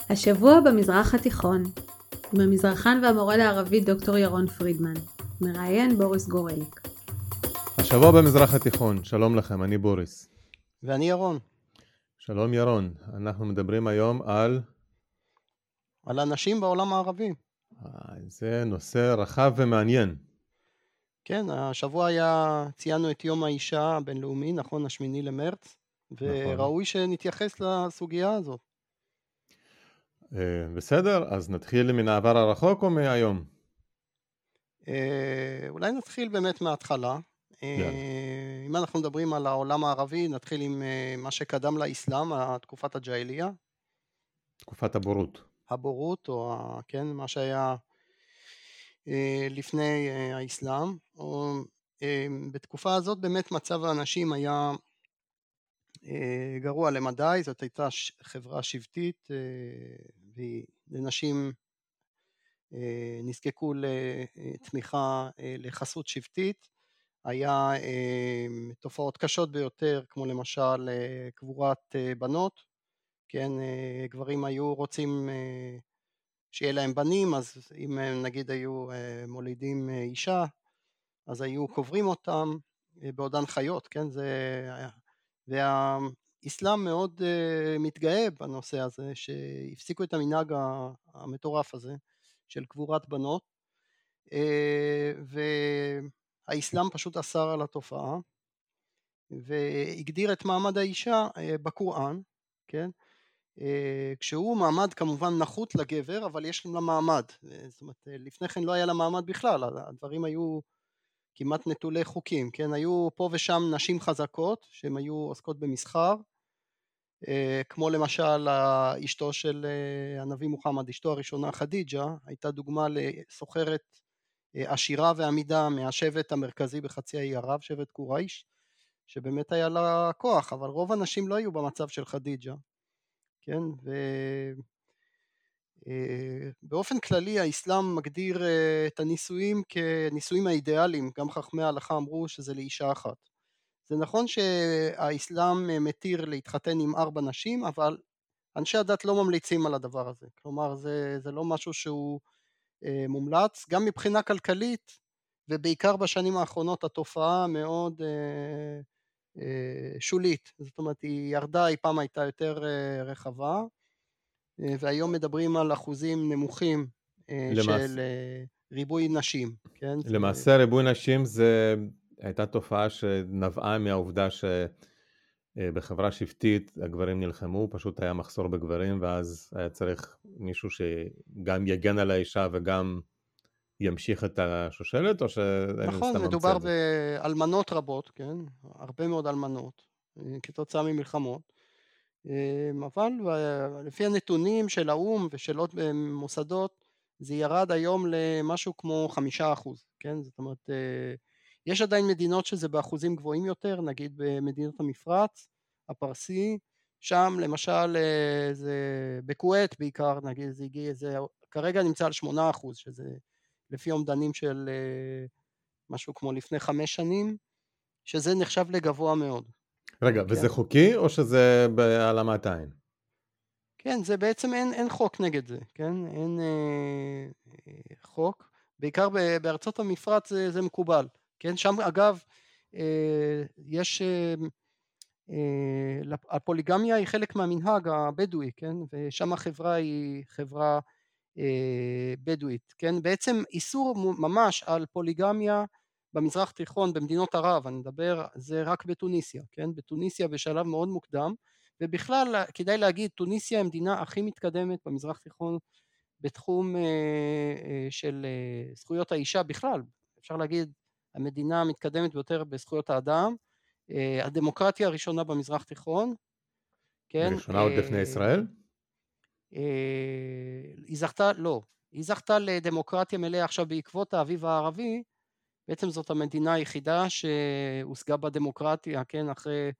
השבוע במזרח התיכון, עם המזרחן והמורה לערבית דוקטור ירון פרידמן, מראיין בוריס גורליק. השבוע במזרח התיכון, שלום לכם, אני בוריס. ואני ירון. שלום ירון, אנחנו מדברים היום על אנשים בעולם הערבי. זה נושא רחב ומעניין. כן, השבוע ציינו את יום האישה הבינלאומי, נכון, 8 למרץ, וראוי שנתייחס לסוגיה הזאת. בסדר, אז נתחיל מן העבר הרחוק או מהיום? אולי נתחיל באמת מההתחלה. אם אנחנו מדברים על העולם הערבי, נתחיל עם מה שקדם לאסלאם, תקופת הג'אהליה. תקופת הבורות. הבורות, או כן, מה שהיה לפני האסלאם. בתקופה הזאת באמת מצב האנשים היה גרוע למדי, זאת הייתה חברה שבטית, ונשים נזקקו לתמיכה לחסות שבטית. היה תופעות קשות ביותר, כמו למשל קבורת בנות, כן, גברים היו רוצים שיהיה להם בנים, אז אם נגיד היו מולידים אישה, אז היו קוברים אותם בעודן חיות, כן, והאסלאם מאוד מתגאה בנושא הזה, שהפסיקו את המנהג המטורף הזה של קבורת בנות, והאסלאם פשוט אסר על התופעה, והגדיר את מעמד האישה בקוראן, כן, כשהוא מעמד כמובן נחות לגבר, אבל יש לה מעמד, זאת אומרת לפני כן לא היה לה מעמד בכלל, הדברים היו כמעט נטולי חוקים, כן, היו פה ושם נשים חזקות שהן היו עוסקות במסחר, כמו למשל אשתו של הנביא מוחמד, אשתו הראשונה חדיג'ה, הייתה דוגמה לסוחרת עשירה ועמידה מהשבט המרכזי בחצי האי ערב, שבט קורייש, שבאמת היה לה כוח, אבל רוב הנשים לא היו במצב של חדיג'ה, כן, באופן כללי האסלאם מגדיר את הנישואים כנישואים האידיאליים, גם חכמי ההלכה אמרו שזה לאישה אחת. זה נכון שהאסלאם מתיר להתחתן עם 4 נשים, אבל אנשי הדת לא ממליצים על הדבר הזה, כלומר זה לא משהו שהוא מומלץ, גם מבחינה כלכלית, ובעיקר בשנים האחרונות התופעה מאוד שולית, זאת אומרת היא ירדה, היא פעם הייתה יותר רחבה, והיום מדברים על אחוזים נמוכים של ריבוי נשים, כן? למעשה ריבוי נשים זה הייתה תופעה שנבעה מהעובדה שבחברה שבטית הגברים נלחמו, פשוט היה מחסור בגברים, ואז היה צריך מישהו שגם יגן על האישה וגם ימשיך את השושלת, או נכון, מדובר באלמנות רבות, כן? הרבה מאוד אלמנות, כתוצאה ממלחמות, אבל לפי הנתונים של האום ושל עוד מוסדות, זה ירד היום למשהו כמו 5%, כן? זאת אומרת, יש עדיין מדינות שזה באחוזים גבוהים יותר, נגיד במדינות המפרץ, הפרסי, שם למשל זה בכווית בעיקר, נגיד זה כרגע נמצא על 8%, שזה לפי אומדנים של משהו כמו לפני 5 שנים, שזה נחשב לגבוה מאוד. רגע, כן. וזה חוקי או שזה בהעלמת עין? כן, זה בעצם אין חוק נגד זה, כן? אין חוק, בעיקר בארצות המפרץ זה מקובל, כן? שם אגב יש, הפוליגמיה היא חלק מהמנהג הבדואי, כן? ושם החברה היא חברה בדואית, כן? בעצם איסור ממש על פוליגמיה במזרח תיכון, במדינות ערב, אני מדבר, זה רק בתוניסיה, כן? בתוניסיה בשלב מאוד מוקדם, ובכלל כדאי להגיד, תוניסיה היא המדינה הכי מתקדמת במזרח תיכון בתחום של זכויות האישה בכלל, אפשר להגיד המדינה המתקדמת ביותר בזכויות האדם, הדמוקרטיה הראשונה במזרח תיכון, כן? ראשונה עוד לפני ישראל? היא זכתה לדמוקרטיה מלאה עכשיו בעקבות האביב הערבי, בעצם זאת המדינה היחידה שהושגה בדמוקרטיה, כן, אחרי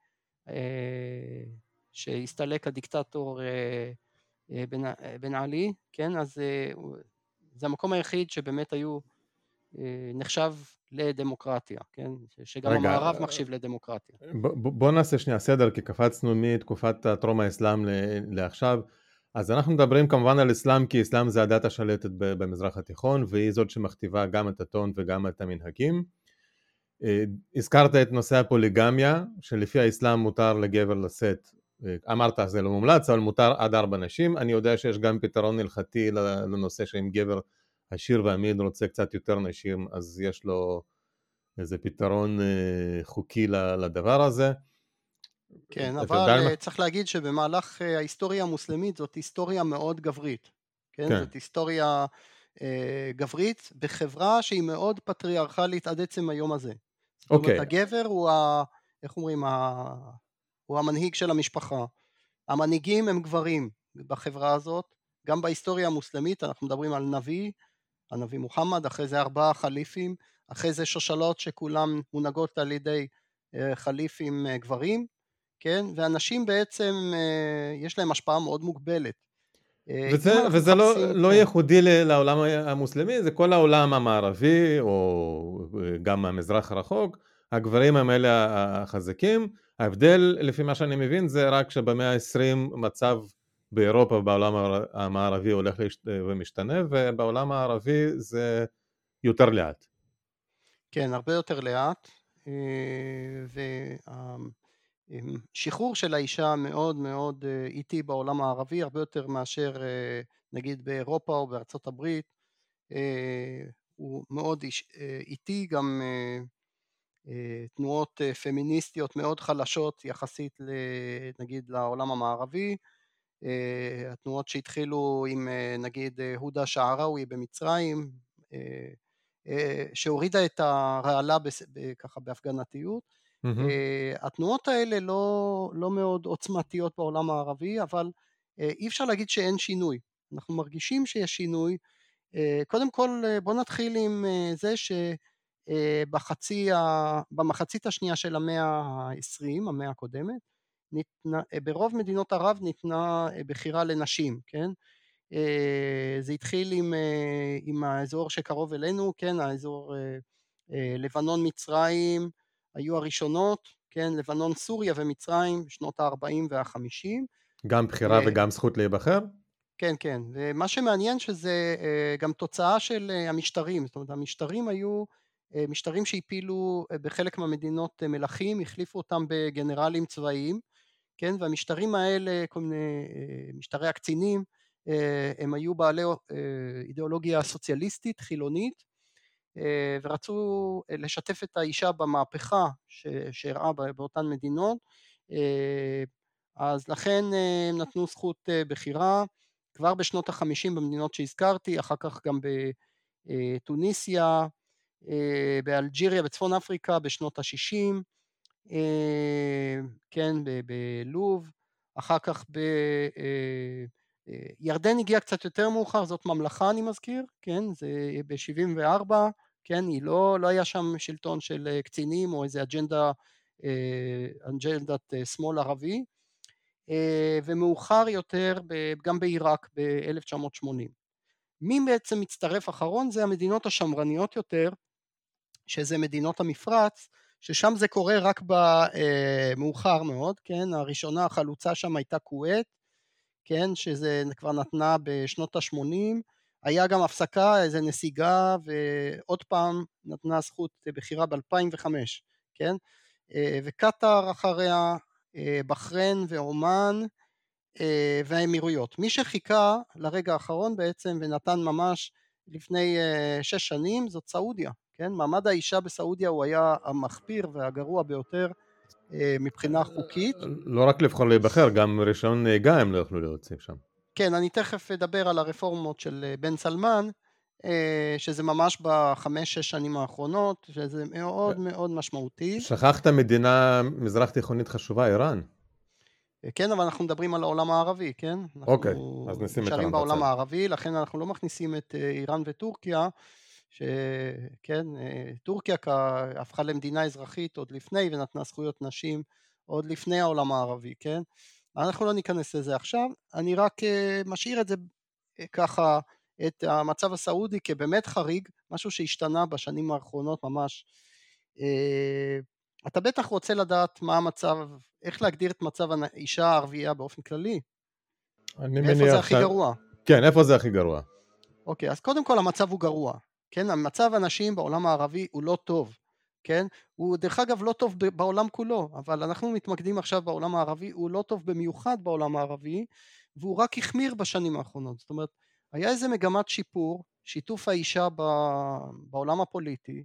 שהסתלק הדיקטטור בן עלי, כן, אז זה המקום היחיד שבאמת נחשב לדמוקרטיה, כן, שגם המערב מחשיב לדמוקרטיה. בוא נעשה שנייה סדר, כי קפצנו מתקופת טרום האסלאם לעכשיו. אז אנחנו מדברים כמובן על אסלאם, כי אסלאם זה הדת השלטת במזרח התיכון, והיא זאת שמכתיבה גם את הטון וגם את המנהגים. הזכרת את נושא הפוליגמיה, שלפי האסלאם מותר לגבר לשאת, אמרת זה לא מומלץ, אבל מותר עד 4 נשים. אני יודע שיש גם פתרון הלכתי לנושא שאם גבר עשיר ואמין רוצה קצת יותר נשים, אז יש לו איזה פתרון חוקי לדבר הזה. כן, אבל צריך להגיד שבמהלך ההיסטוריה המוסלמית זאת היסטוריה מאוד גברית, כן? זאת היסטוריה גברית בחברה שהיא מאוד פטריארכלית עד עצם היום הזה. זאת אומרת, הגבר הוא, איך אומרים, הוא המנהיג של המשפחה. המנהיגים הם גברים בחברה הזאת, גם בהיסטוריה המוסלמית אנחנו מדברים על הנביא מוחמד, אחרי זה 4 חליפים, אחרי זה שושלות שכולם מונהגות על ידי חליפים גברים, כן? ואנשים בעצם יש להם השפעה מאוד מוגבלת. וזה לא ייחודי לעולם המוסלמי, זה כל העולם המערבי או גם המזרח הרחוק, הגברים הם אלה החזקים. ההבדל לפי מה שאני מבין זה רק שבמאה ה-20 מצב באירופה ובעולם המערבי הולך ומשתנה, ובעולם הערבי זה יותר לאט. כן, הרבה יותר לאט, שחרור של האישה מאוד מאוד איטי בעולם הערבי, הרבה יותר מאשר נגיד באירופה או בארצות הברית, הוא מאוד איטי, גם תנועות פמיניסטיות מאוד חלשות יחסית נגיד לעולם המערבי, התנועות שהתחילו עם נגיד הודה שעראוי במצרים, שהורידה את הרעלה ככה בהפגנתיות. התנועות האלה לא מאוד עוצמתיות בעולם הערבי, אבל אי אפשר להגיד שאין שינוי. אנחנו מרגישים שיש שינוי. קודם כל בוא נתחיל עם זה שבמחצית השנייה של המאה ה-20, המאה הקודמת, ברוב מדינות ערב ניתנה בחירה לנשים, כן? זה התחיל עם האזור שקרוב אלינו, כן, האזור לבנון מצרים היו הראשונות, כן, לבנון סוריה ומצרים שנות ה-40 וה-50. גם בחירה וגם זכות להיבחר? כן, כן, ומה שמעניין שזה גם תוצאה של המשטרים, זאת אומרת המשטרים היו משטרים שהפילו בחלק מהמדינות מלכים, החליפו אותם בגנרלים צבאיים, כן, והמשטרים האלה, כל מיני משטרי הקצינים, הם היו בעלי אידיאולוגיה סוציאליסטית, חילונית, ורצו לשתף את האישה במהפכה שהראה באותן מדינות, אז לכן הם נתנו זכות בחירה, כבר בשנות ה-50 במדינות שהזכרתי, אחר כך גם בתוניסיה, באלג'יריה, בצפון אפריקה בשנות ה-60, כן, בלוב, אחר כך ירדן הגיעה קצת יותר מאוחר, זאת ממלכה אני מזכיר, כן, זה ב-74, כן, לא היה שם שלטון של קצינים או איזה אג'נדת שמאל ערבי, ומאוחר יותר גם בעיראק ב-1980. מי בעצם מצטרף אחרון? זה המדינות השמרניות יותר, שזה מדינות המפרץ, ששם זה קורה רק במאוחר מאוד, כן, הראשונה החלוצה שם הייתה כווית, כן, שזה כבר נתנה בשנות ה-80, היה גם הפסקה, איזה נסיגה, ועוד פעם נתנה זכות בחירה ב-2005, כן, וקטר אחריה, בחריין ואומן והאמירויות. מי שחיכה לרגע האחרון בעצם ונתן ממש לפני 6 שנים זאת סעודיה, כן, מעמד האישה בסעודיה הוא היה המחפיר והגרוע ביותר מבחינה חוקית. לא רק לבחור להיבחר, גם רישיון נהיגה הם לא יכלו להוציא שם. כן, אני תכף אדבר על הרפורמות של בן סלמן, שזה ממש ב5-6 שנים האחרונות, שזה מאוד מאוד משמעותי. שכחת מדינה מזרח תיכונית חשובה, איראן. כן, אבל אנחנו מדברים על העולם הערבי, כן? אוקיי, אז נשים את איראן בעולם הערבי, לכן אנחנו לא מכניסים את איראן וטורקיה, שכן, טורקיה הפכה למדינה אזרחית עוד לפני, ונתנה זכויות נשים עוד לפני העולם הערבי, כן? אנחנו לא ניכנס לזה עכשיו, אני רק משאיר את זה ככה, את המצב הסעודי כבאמת חריג, משהו שהשתנה בשנים האחרונות ממש. אתה בטח רוצה לדעת מה המצב, איך להגדיר את מצב האישה הערבייה באופן כללי? אני ואיפה מניח זה הכי גרוע? כן, איפה זה הכי גרוע? אוקיי, אז קודם כל המצב הוא גרוע, כן? המצב הנשים בעולם הערבי הוא לא טוב, כן? הוא דרך אגב לא טוב בעולם כולו, אבל אנחנו מתמקדים עכשיו בעולם הערבי, הוא לא טוב במיוחד בעולם הערבי, והוא רק החמיר בשנים האחרונות. זאת אומרת, היה איזה מגמת שיפור, שיתוף האישה בעולם הפוליטי,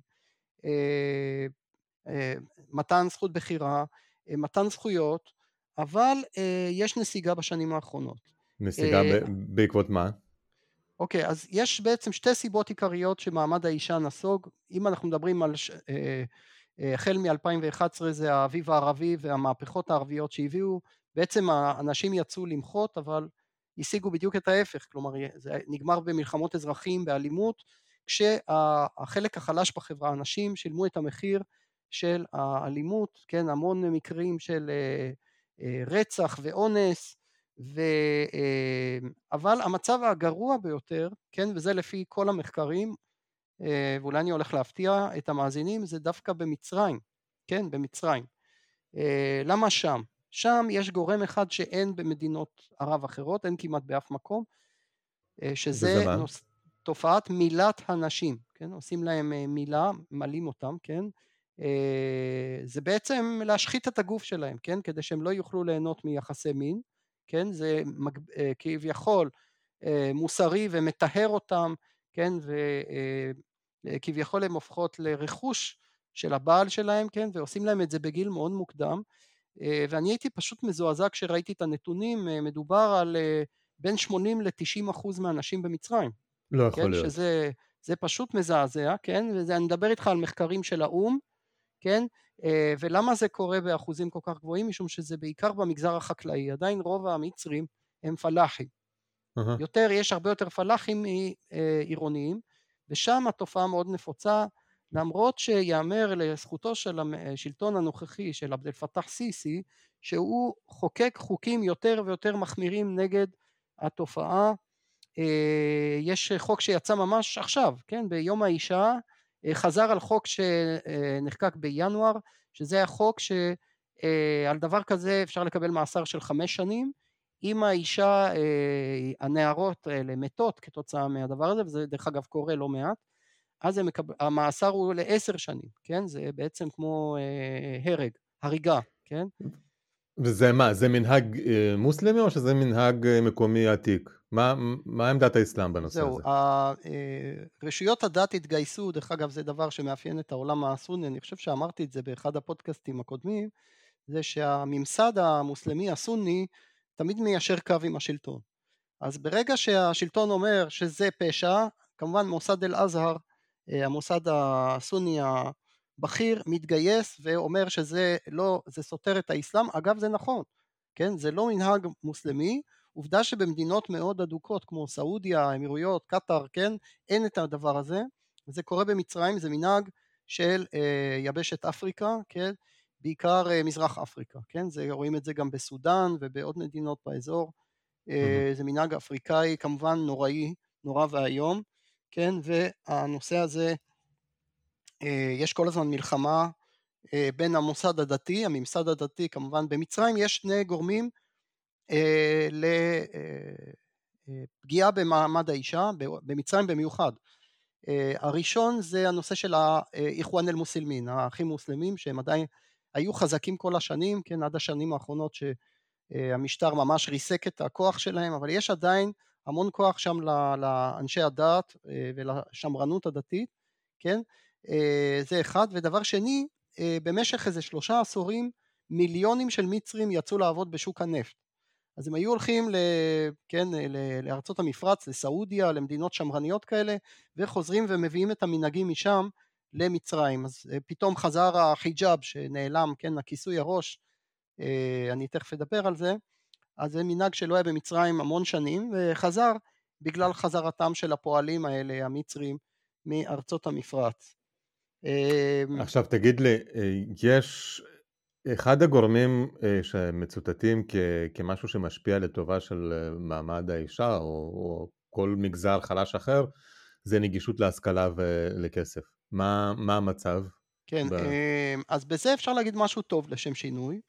מתן זכות בחירה, מתן זכויות, אבל יש נסיגה בשנים האחרונות. נסיגה בעקבות מה? אוקיי, אז יש בעצם שתי סיבות עיקריות שמעמד האישה נסוג. אם אנחנו מדברים על החל מ-2011 זה האביב הערבי והמהפכות הערביות שהביאו, בעצם האנשים יצאו למחות, אבל השיגו בדיוק את ההפך, כלומר זה נגמר במלחמות אזרחים, באלימות, כשהחלק החלש בחברה, האנשים שילמו את המחיר של האלימות, כן, המון מקרים של רצח ואונס, אבל המצב הגרוע ביותר, כן, וזה לפי כל המחקרים, ואולי אני הולך להפתיע את המאזינים, זה דווקא במצרים, כן, במצרים. למה שם? שם יש גורם אחד שאין במדינות ערב אחרות, אין כמעט באף מקום, שזה תופעת מילת הנשים, כן, עושים להם מילה, מלים אותם, כן, זה בעצם להשחית את הגוף שלהם, כן, כדי שהם לא יוכלו ליהנות מיחסי מין, כן, זה כביכול מוסרי ומטהר אותם, כן, וכביכול הם הופכות לרכוש של הבעל שלהם, כן, ועושים להם את זה בגיל מאוד מוקדם, ואני הייתי פשוט מזועזע כשראיתי את הנתונים, מדובר על בין 80 ל-90% מהנשים במצרים, לא כן, יכול להיות. שזה פשוט מזעזע, כן, ואני מדבר איתך על מחקרים של האום, כן, ולמה זה קורה באחוזים כל כך גבוהים? משום שזה בעיקר במגזר החקלאי, עדיין רוב המצרים הם פלאחים, יש הרבה יותר פלאחים עירוניים, ושם התופעה מאוד נפוצה, למרות שיאמר לזכותו של השלטון הנוכחי של עבד אל פתאח סיסי, שהוא חוקק חוקים יותר ויותר מחמירים נגד התופעה. יש חוק שיצא ממש עכשיו, כן, ביום האישה, חזר על חוק שנחקק בינואר, שזה החוק שעל דבר כזה אפשר לקבל מאסר של 5 שנים, אם האישה, הנערות האלה מתות כתוצאה מהדבר הזה, וזה דרך אגב קורה לא מעט, אז המאסר הוא ל10 שנים, כן, זה בעצם כמו הריגה, כן. וזה מה, זה מנהג מוסלמי או שזה מנהג מקומי עתיק? מה עמדת האסלאם בנושא זהו, הזה? רשויות הדת התגייסו, דרך אגב זה דבר שמאפיין את העולם הסוני, אני חושב שאמרתי את זה באחד הפודקאסטים הקודמים, זה שהממסד המוסלמי הסוני תמיד מיישר קו עם השלטון. אז ברגע שהשלטון אומר שזה פשע, כמובן מוסד אל-אזהר, המוסד הסוני הבכיר, מתגייס ואומר שזה לא, זה סותר את האסלאם. אגב זה נכון, כן, זה לא מנהג מוסלמי, עובדה שבמדינות מאוד אדוקות כמו סעודיה, אמירויות, קטר, כן, אין את הדבר הזה, וזה קורה במצרים, זה מנהג של יבשת אפריקה, כן, בעיקר מזרח אפריקה, כן, רואים את זה גם בסודאן ובעוד מדינות באזור, זה מנהג אפריקאי כמובן נוראי, נורא והיום, כן, והנושא הזה, יש כל הזמן מלחמה בין המוסד הדתי, הממסד הדתי כמובן, במצרים יש שני גורמים לפגיעה במעמד האישה, במצרים במיוחד. הראשון זה הנושא של האיחואן אל-מוסלמין, האחים מוסלמים שהם עדיין היו חזקים כל השנים, כן, עד השנים האחרונות שהמשטר ממש ריסק את הכוח שלהם, אבל יש עדיין המון כוח שם לאנשי הדת ולשמרנות הדתית, כן, זה אחד. ודבר שני, במשך איזה 3 עשורים מיליונים של מצרים יצאו לעבוד בשוק הנפט, אז הם היו הולכים לארצות המפרץ, לסעודיה, למדינות שמרניות כאלה, וחוזרים ומביאים את המנהגים משם למצרים. אז פתאום חזר החיג'אב שנעלם, כן, הכיסוי הראש, אני תכף אדבר על זה, אז זה מנהג שלא היה במצרים המון שנים, וחזר בגלל חזרתם של הפועלים האלה, המצרים, מארצות המפרץ. עכשיו תגיד לי, יש אחד הגורמים שמצוטטים כמשהו שמשפיע לטובה של מעמד האישה או כל מגזר חלש אחר, זה נגישות להשכלה ולכסף. מה המצב? כן, אז בזה אפשר להגיד משהו טוב לשם שינוי.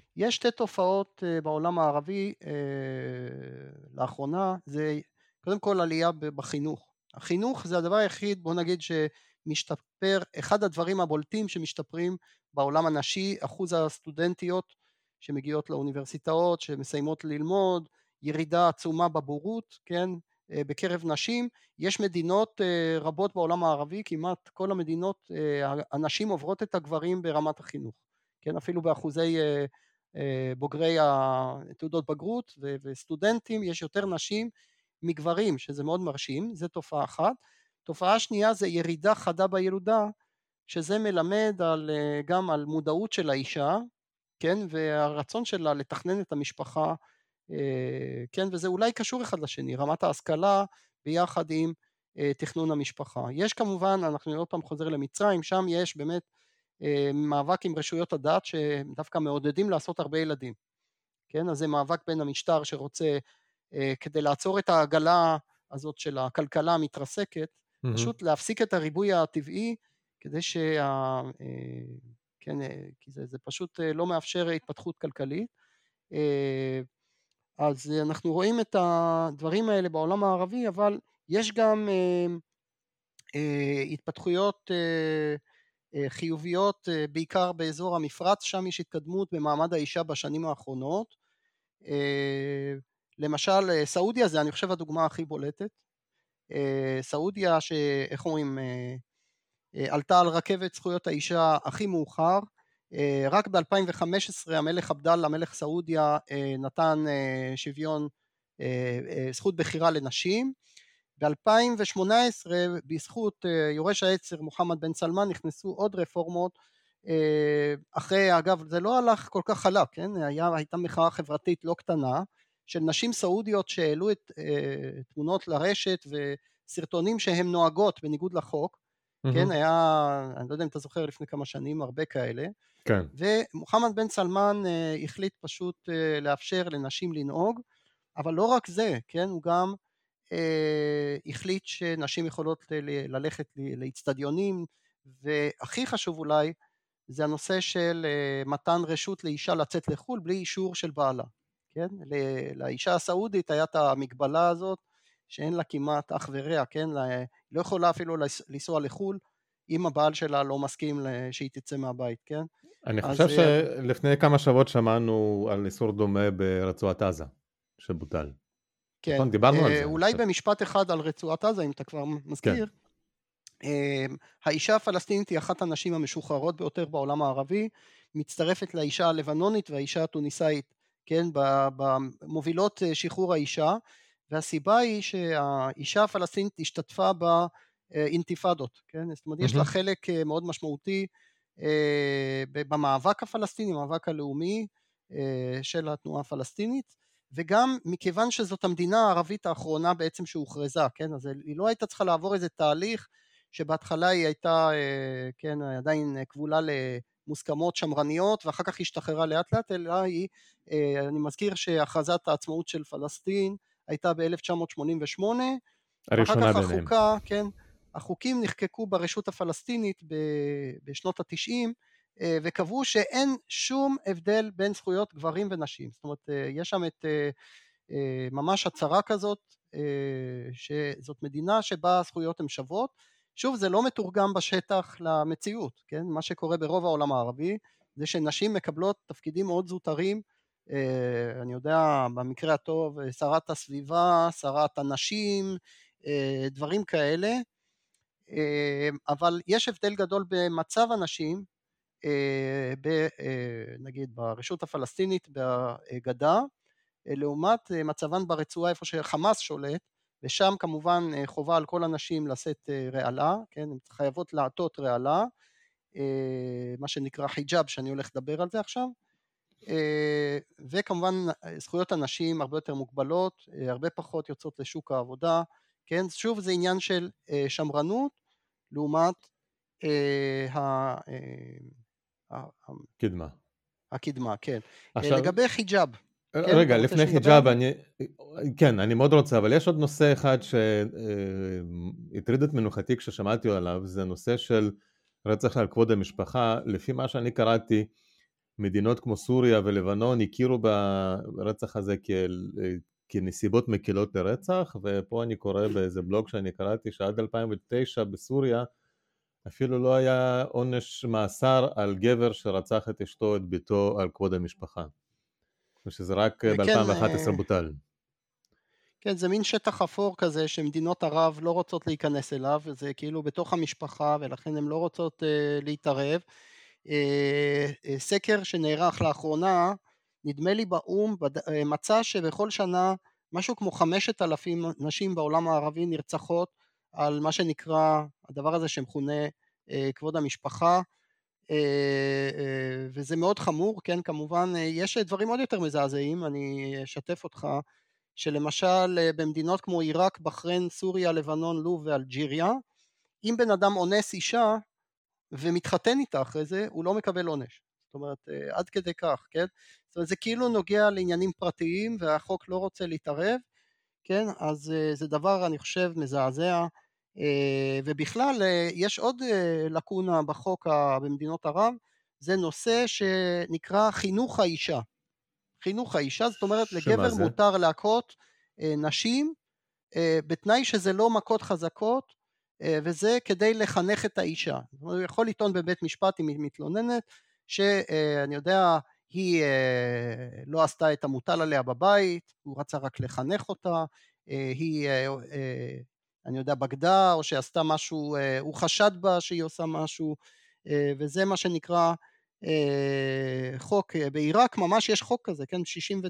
יש שתי תופעות בעולם הערבי לאחרונה, זה קודם כל עלייה בחינוך. החינוך זה הדבר היחיד, בוא נגיד שמשתפר, אחד הדברים הבולטים שמשתפרים בעולם הנשי, אחוז הסטודנטיות שמגיעות לאוניברסיטאות, שמסיימות ללמוד, ירידה עצומה בבורות, כן, בקרב נשים. יש מדינות רבות בעולם הערבי, כמעט כל המדינות, הנשים עוברות את הגברים ברמת החינוך, כן, אפילו באחוזי בוגרי תעודות בגרות וסטודנטים, יש יותר נשים מגברים, שזה מאוד מרשים, זה תופעה אחת. תופעה שנייה זה ירידה חדה בילודה, שזה מלמד גם על מודעות של האישה, כן, והרצון שלה לתכנן את המשפחה, כן, וזה אולי קשור אחד לשני, רמת ההשכלה ביחד עם תכנון המשפחה. יש כמובן, אנחנו עוד פעם חוזר למצרים, שם יש באמת מאבק עם רשויות הדת שדווקא מעודדים לעשות הרבה ילדים, כן, אז זה מאבק בין המשטר שרוצה כדי לעצור את העגלה הזאת של הכלכלה המתרסקת, פשוט להפסיק את הריבוי הטבעי כדי כן, כי זה פשוט לא מאפשר התפתחות כלכלית. אז אנחנו רואים את הדברים האלה בעולם הערבי, אבל יש גם התפתחויות חיוביות בעיקר באזור המפרץ, שם יש התקדמות במעמד האישה בשנים האחרונות. למשל סעודיה זה אני חושב הדוגמה הכי בולטת, סעודיה שאיך אומרים עלתה על רכבת זכויות האישה הכי מאוחר, רק ב-2015 המלך עבדאללה, מלך סעודיה, נתן שוויון זכות בחירה לנשים. ב-2018 בזכות יורש העצר מוחמד בן סלמן נכנסו עוד רפורמות, אחרי, אגב זה לא הלך כל כך חלק, כן? הייתה מחאה חברתית לא קטנה של נשים סעודיות שהעלו את תמונות לרשת וסרטונים שהן נוהגות בניגוד לחוק, כן, היה, אני לא יודע אם אתה זוכר לפני כמה שנים, הרבה כאלה, כן. ומוחמד בן סלמן החליט פשוט לאפשר לנשים לנהוג, אבל לא רק זה, כן, הוא גם החליט שנשים יכולות ללכת לאצטדיונים, והכי חשוב אולי, זה הנושא של מתן רשות לאישה לצאת לחו"ל בלי אישור של בעלה, כן, לאישה הסעודית היה את המגבלה הזאת, שאין לה כמעט אח ורע, כן, לא יכולה אפילו לנסוע לחו"ל, אם הבעל שלה לא מסכים שהיא תצא מהבית, כן. אני חושב שלפני כמה שבועות שמענו על איסור דומה ברצועת עזה, שבוטל. כן, נכון, דיברנו על זה. אולי במשפט אחד על רצועת עזה, אם אתה כבר מזכיר. האישה הפלסטינית היא אחת הנשים המשוחררות ביותר בעולם הערבי, מצטרפת לאישה הלבנונית והאישה התוניסאית, כן, במובילות שחרור האישה, והסיבה היא שהאישה הפלסטינית השתתפה באינתיפאדות, כן, זאת אומרת יש לה חלק מאוד משמעותי במאבק הפלסטיני, המאבק הלאומי של התנועה הפלסטינית, וגם מכיוון שזאת המדינה הערבית האחרונה בעצם שהוכרזה, כן, אז היא לא הייתה צריכה לעבור איזה תהליך שבהתחלה היא הייתה, כן, עדיין כבולה למוסכמות שמרניות ואחר כך השתחררה לאט לאט, אלא היא, אני מזכיר שהכרזת העצמאות של פלסטין הייתה ב-1988, הראשונה ביניהם. החוקה, כן, החוקים נחקקו ברשות הפלסטינית בשנות ה-90, וקבעו שאין שום הבדל בין זכויות גברים ונשים, זאת אומרת יש שם את ממש הצהרה כזאת, שזאת מדינה שבה הזכויות הן שוות. שוב זה לא מתורגם בשטח למציאות, כן, מה שקורה ברוב העולם הערבי זה שנשים מקבלות תפקידים מאוד זוטרים, אני יודע במקרה הטוב שרת הסביבה, שרת הנשים, דברים כאלה, אבל יש הבדל גדול במצב הנשים, נגיד ברשות הפלסטינית בגדה, לעומת מצבן ברצועה איפה שחמאס שולט, ושם כמובן חובה על כל הנשים לשאת רעלה, כן, הן חייבות לעטות רעלה, מה שנקרא חיג'אב שאני הולך לדבר על זה עכשיו, וכמובן זכויות הנשים הרבה יותר מוגבלות, הרבה פחות יוצאות לשוק העבודה, כן, שוב זה עניין של שמרנות, לעומת קדמה. הקדמה, כן. לגבי חיג'אב. רגע, לפני חיג'אב, כן, אני מאוד רוצה, אבל יש עוד נושא אחד שהטריד את מנוחתי כששמעתי עליו, זה נושא של רצח על כבוד המשפחה. לפי מה שאני קראתי, מדינות כמו סוריה ולבנון הכירו ברצח הזה כנסיבות מקילות לרצח, ופה אני קורא באיזה בלוג שאני קראתי שעד 2009 בסוריה אפילו לא היה עונש מאסר על גבר שרצח את אשתו, את ביתו, על כבוד המשפחה. ושזה רק ב-2011 בוטל. כן, זה מין שטח אפור כזה שמדינות ערב לא רוצות להיכנס אליו, זה כאילו בתוך המשפחה ולכן הן לא רוצות להתערב. סקר שנערך לאחרונה, נדמה לי באום, מצא שבכל שנה משהו כמו 5,000 נשים בעולם הערבי נרצחות על מה שנקרא הדבר הזה שמכונה כבוד המשפחה, וזה מאוד חמור, כן, כמובן יש דברים עוד יותר מזעזעים, אני אשתף אותך, שלמשל במדינות כמו עיראק, בחריין, סוריה, לבנון, לוב ואלג'יריה, אם בן אדם אונס אישה ומתחתן איתה אחרי זה, הוא לא מקבל עונש. זאת אומרת, עד כדי כך, כן? זאת אומרת, זה כאילו נוגע לעניינים פרטיים והחוק לא רוצה להתערב, כן? אז זה דבר, אני חושב, מזעזע, ובכלל יש עוד לקונה בחוק במדינות ערב, זה נושא שנקרא חינוך האישה. חינוך האישה, זאת אומרת לגבר מותר להכות נשים, בתנאי שזה לא מכות חזקות, וזה כדי לחנך את האישה. הוא יכול לטעון בבית משפט אם היא מתלוננת, שאני יודע, היא לא עשתה את המוטל עליה בבית, הוא רצה רק לחנך אותה, היא, אני יודע, בגדה, או שעשתה משהו, הוא חשד בה שהיא עושה משהו, וזה מה שנקרא חוק. בעיראק ממש יש חוק כזה, כן,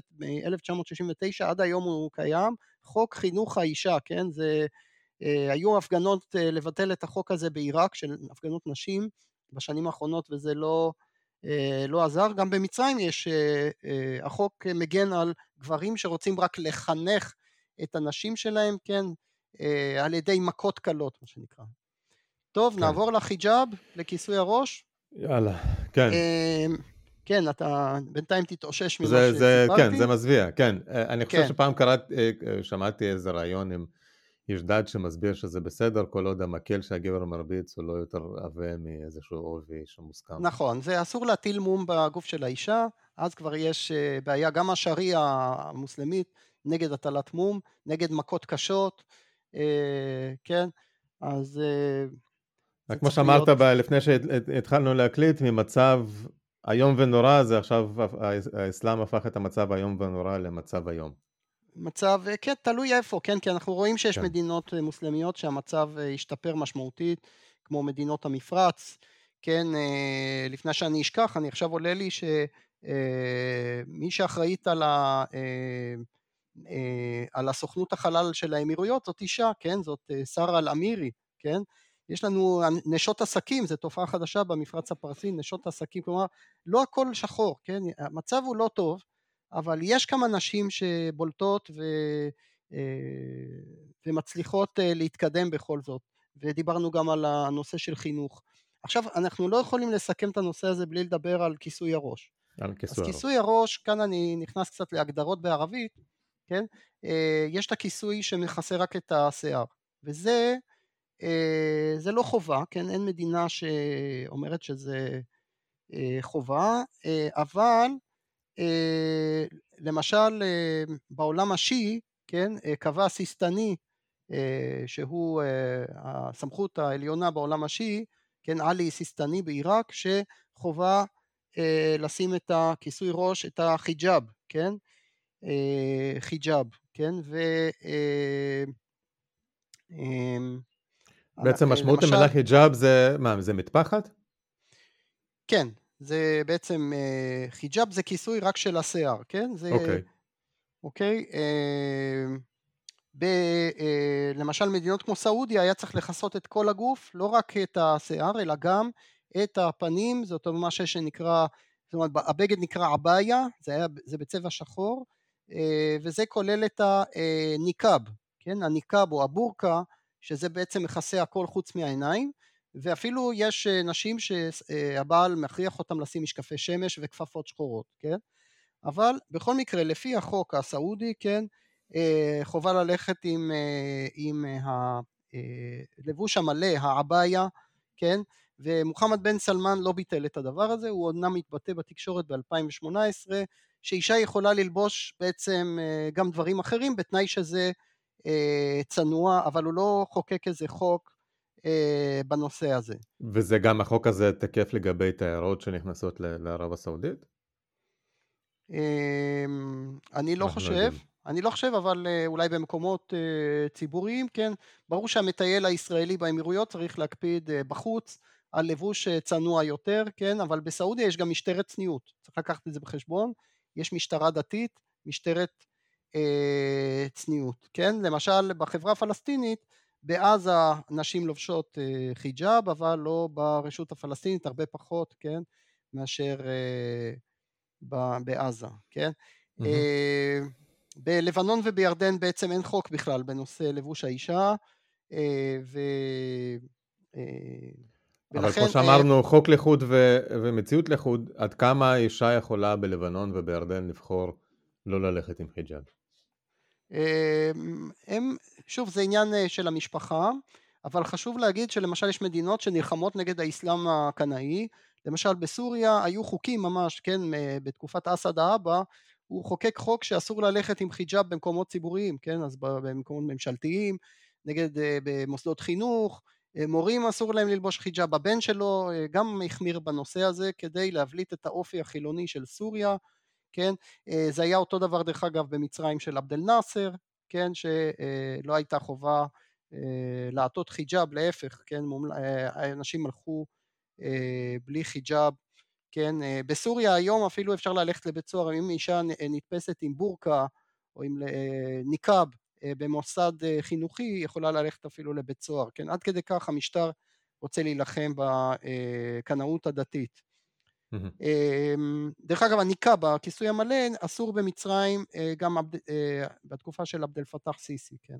1969 עד היום הוא קיים, חוק חינוך האישה, כן, זה היו הפגנות לבטל את החוק הזה בעיראק, של הפגנות נשים בשנים האחרונות, וזה לא עזר. גם במצרים יש, החוק מגן על גברים שרוצים רק לחנך את הנשים שלהם, כן, על ידי מכות קלות, מה שנקרא. טוב, כן. נעבור לחיג'אב, לכיסוי הראש. יאללה, כן. כן, אתה בינתיים תתאושש ממה שסיפרתי. כן, זה מזוויע, כן. אני חושב שפעם שמעתי איזה רעיון עם איש דת שמסביר שזה בסדר, כל עוד המקל שהגבר מרביץ הוא לא יותר עבה מאיזשהו עובי שמוסכם. נכון, זה אסור להטיל מום בגוף של האישה, אז כבר יש בעיה, גם השריעה המוסלמית נגד הטלת מום, נגד מכות קשות, כן, אז כמו שאמרת לפני שהתחלנו להקליט, ממצב היום ונורא, זה עכשיו האסלאם הפך את המצב היום ונורא למצב היום. מצב, כן, תלוי איפה, כן, כי אנחנו רואים שיש מדינות מוסלמיות שהמצב השתפר משמעותית, כמו מדינות המפרץ, כן, לפני שאני אשכח, אני עכשיו עולה לי שמי שאחראית על הסוכנות החלל של האמירויות, זאת אישה, כן, זאת שרה אל-אמירי, כן, יש לנו נשות עסקים, זו תופעה חדשה במפרץ הפרסי, נשות עסקים, כלומר, לא הכל שחור, כן, המצב הוא לא טוב, אבל יש כמה נשים שבולטות ומצליחות להתקדם בכל זאת, ודיברנו גם על הנושא של חינוך. עכשיו, אנחנו לא יכולים לסכם את הנושא הזה בלי לדבר על כיסוי הראש. אז כיסוי הראש, כאן אני נכנס קצת להגדרות בערבית, כן? יש את הכיסוי שמכסה רק את השיער, וזה לא חובה, כן? אין מדינה שאומרת שזה חובה, אבל למשל בעולם השיעי, כן, קבע סיסטני, שהוא הסמכות העליונה בעולם השיעי, כן, עלי סיסטני בעיראק, שחובה לשים את הכיסוי ראש, את החיג'אב, כן, חיג'אב, כן, בעצם משמעות המילה חיג'אב זה מה, זה מטפחת? כן, זה בעצם חיג'אב זה כיסוי רק של השיער, כן? אוקיי. למשל מדינות כמו סעודיה היה צריך לכסות את כל הגוף, לא רק את השיער אלא גם את הפנים, זאת אומרת מה שנקרא, זאת אומרת הבגד נקרא עבאיה, זה בצבע שחור, וזה כולל את הניקאב, כן? הניקאב או הבורקה, שזה בעצם מכסה הכל חוץ מהעיניים, ואפילו יש נשים שהבעל מכריח אותם לשים משקפי שמש וכפפות שחורות, כן? אבל בכל מקרה לפי החוק הסעודי, כן, חובה ללכת עם הלבוש המלא, העבאיה, כן, ומוחמד בן סלמן לא ביטל את הדבר הזה, הוא אומנם מתבטא בתקשורת ב-2018, שאישה יכולה ללבוש בעצם גם דברים אחרים, בתנאי שזה צנוע, אבל הוא לא חוקק איזה חוק בנושא הזה. וזה גם החוק הזה תקף לגבי תיירות שנכנסות לערב הסעודית? אני לא חושב, אבל אולי במקומות ציבוריים, כן, ברור שהמטייל הישראלי באמירויות צריך להקפיד בחוץ על לבוש צנוע יותר, כן, אבל בסעודיה יש גם משטרת צניעות, צריך לקחת את זה בחשבון, יש משטרה דתית, משטרת צניעות, כן, למשל בחברה הפלסטינית, בעזה נשים לובשות חיג'אב, אבל לא ברשות הפלסטינית, הרבה פחות, כן, מאשר בעזה, כן? בלבנון ובירדן בעצם אין חוק בכלל בנושא לבוש האישה, אבל כמו שאמרנו, חוק לחוד ומציאות לחוד, עד כמה האישה יכולה בלבנון ובירדן לבחור לא ללכת עם חיג'אב? שוב, זה עניין של המשפחה, אבל חשוב להגיד שלמשל יש מדינות שנלחמות נגד האסלאם הקנאי, למשל בסוריה היו חוקים ממש, כן, בתקופת אסד האבא, הוא חוקק חוק שאסור ללכת עם חיג'אב במקומות ציבוריים, כן, אז במקומות ממשלתיים, נגד במוסדות חינוך, מורים אסור להם ללבוש חיג'אב, הבן שלו גם החמיר בנושא הזה כדי להבליט את האופי החילוני של סוריה, כן, זה היה אותו דבר דרך אגב במצרים של עבד אל נאסר, כן, שלא הייתה חובה לעטות חיג'אב, להפך, כן, אנשים הלכו בלי חיג'אב, כן, בסוריה היום אפילו אפשר ללכת לבית סוהר, אם אישה נתפסת עם בורקה או עם ניקאב במוסד חינוכי, יכולה ללכת אפילו לבית סוהר, כן, עד כדי כך המשטר רוצה להילחם בקנאות הדתית. דרך אגב הניקאב, הכיסוי המלא, אסור במצרים גם בתקופה של עבד אל פתח סיסי, כן.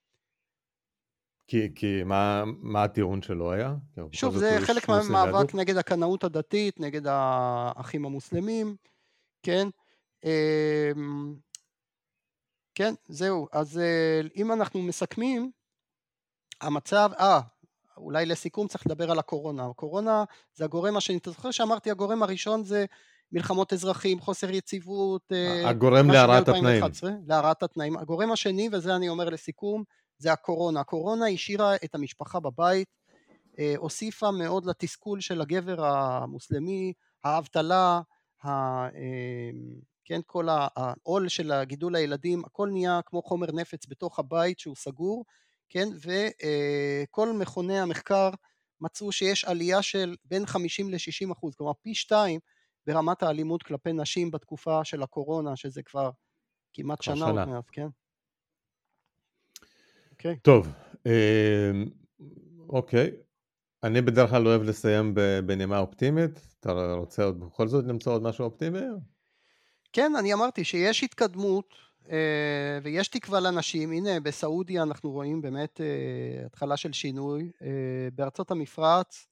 כי מה הטיעון שלו היה? שוב, זה חלק מהמאבק נגד הקנאות הדתית, נגד האחים המוסלמים, כן? כן, זהו. אז אם אנחנו מסכמים, המצב, אולי לסיכום צריך לדבר על הקורונה. הקורונה זה הגורם השני, אתה זוכר שאמרתי הגורם הראשון זה מלחמות אזרחים, חוסר יציבות, הגורם להרעת התנאים. להרעת התנאים. הגורם השני, וזה אני אומר לסיכום, זה הקורונה. הקורונה השאירה את המשפחה בבית, הוסיפה מאוד לתסכול של הגבר המוסלמי, האבטלה, כן, כל העול של הגידול הילדים, הכל נהיה כמו חומר נפץ בתוך הבית שהוא סגור, כן, וכל מכוני המחקר מצאו שיש עלייה של בין 50 ל-60%, כלומר פי 2 ברמת האלימות כלפי נשים בתקופה של הקורונה, שזה כבר כמעט שנה עוד מעט, כן? אוקיי. טוב, אוקיי. אני בדרך כלל אוהב לסיים בנימה אופטימית, אתה רוצה עוד בכל זאת למצוא עוד משהו אופטימי? כן, אני אמרתי שיש התקדמות, ויש תקווה לאנשים, הנה בסעודיה אנחנו רואים באמת התחלה של שינוי, בארצות המפרץ,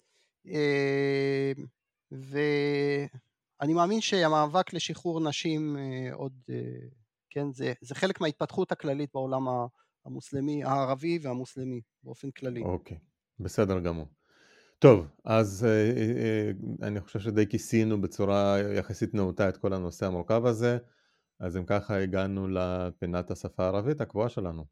ואני מאמין שהמאבק לשחרור נשים עוד, כן, זה חלק מההתפתחות הכללית בעולם המוסלמי, הערבי והמוסלמי באופן כללי. אוקיי, בסדר גמור. טוב, אז אני חושב שדי כיסינו בצורה יחסית נאותה את כל הנושא המורכב הזה, אז אם ככה הגענו לפינת השפה הערבית הקבועה שלנו.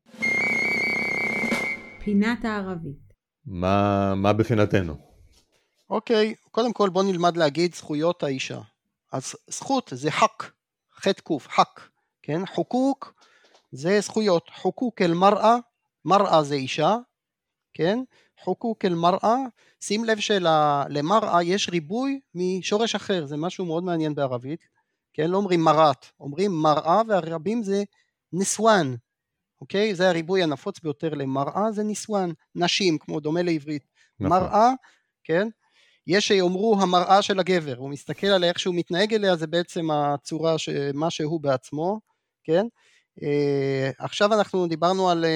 פינת הערבית. מה בפינתנו? אוקיי, קודם כל בוא נלמד להגיד זכויות האישה. אז זכות זה חק, חט קוף, חק, כן? חוקוק זה זכויות, חוקוק אל מראה, מראה זה אישה, כן? חוקוק אל מראה, שים לב שלמראה יש ריבוי משורש אחר, זה משהו מאוד מעניין בערבית, כן? לא אומרים מראת, אומרים מראה, והרבים זה נסואן, אוקיי? זה הריבוי הנפוץ ביותר למראה, זה נסואן, נשים, כמו דומה לעברית, נכון. מראה, כן? יש שיאמרו המראה של הגבר, הוא מסתכל עליה איך שהוא מתנהג אליה, זה בעצם הצורה, מה שהוא בעצמו, כן? עכשיו אנחנו דיברנו על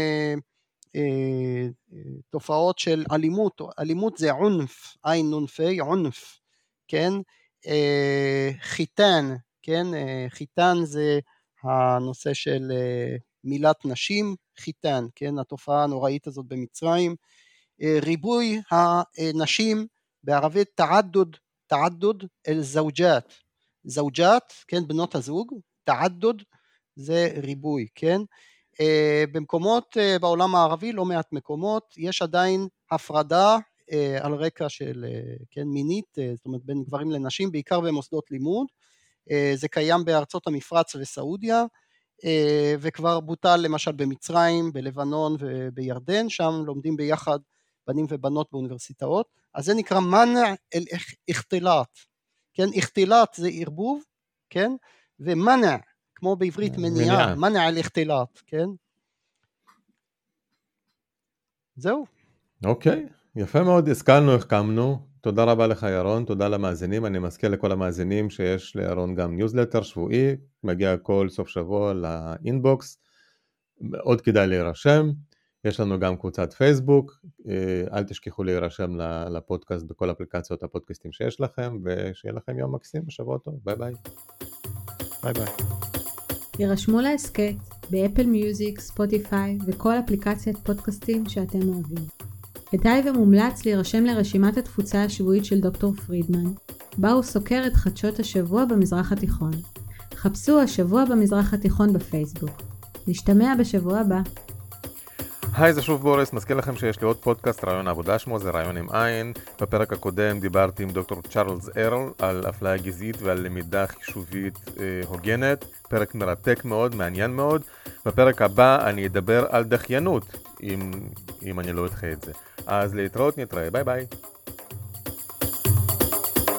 תופעות של אלימות, אלימות זה עונף, עין נונפי, עונף, כן? חיתן, כן? חיתן זה הנושא של מילת נשים, חיתן, כן? התופעה הנוראית הזאת במצרים, ריבוי הנשים בערבית תעדוד אל זוג'ת, כן, בנות הזוג, תעדוד זה ריבוי, כן, במקומות בעולם הערבי, לא מעט מקומות, יש עדיין הפרדה על רקע של, כן, מינית, זאת אומרת בין גברים לנשים, בעיקר במוסדות לימוד, זה קיים בארצות המפרץ וסעודיה, וכבר בוטל למשל במצרים, בלבנון ובירדן, שם לומדים ביחד בנים ובנות באוניברסיטאות, אז זה נקרא מנע אל איכתילאט, כן, איכתילאט זה ערבוב, כן, ומנע, כמו בעברית מניעה, מנע אל איכתילאט, כן, זהו. אוקיי, יפה מאוד, השכלנו, החכמנו, תודה רבה לך ירון, תודה למאזינים, אני מזכיר לכל המאזינים שיש לירון גם ניוזלטר שבועי, מגיע כל סוף שבוע לאינבוקס, מאוד כדאי להירשם, יש לנו גם קבוצת פייסבוק, אל תשכחו להירשם לפודקאסט בכל אפליקציות הפודקאסטים שיש לכם, ושיהיה לכם יום מקסים ושבוע טוב, ביי ביי. ביי ביי. יירשמו להסקט באפל מיוזיק, ספוטיפיי וכל אפליקציית פודקאסטים שאתם אוהבים. כדאי ומומלץ להירשם לרשימת התפוצה השבועית של דוקטור פרידמן, בה הוא סוקר את חדשות השבוע במזרח התיכון. חפשו השבוע במזרח התיכון בפייסבוק. נשתמע בשבוע הבא. היי, זה שוב בוריס, מזכיר לכם שיש לי עוד פודקאסט, רעיון העבודה שמו, זה רעיון עם עין. בפרק הקודם דיברתי עם דוקטור צ'ארלס ארל על אפליה גזעית ועל למידה חישובית הוגנת, פרק מרתק מאוד, מעניין מאוד. בפרק הבא אני אדבר על דחיינות, אם אני לא אתחה את זה. אז להתראות, נתראה, ביי ביי.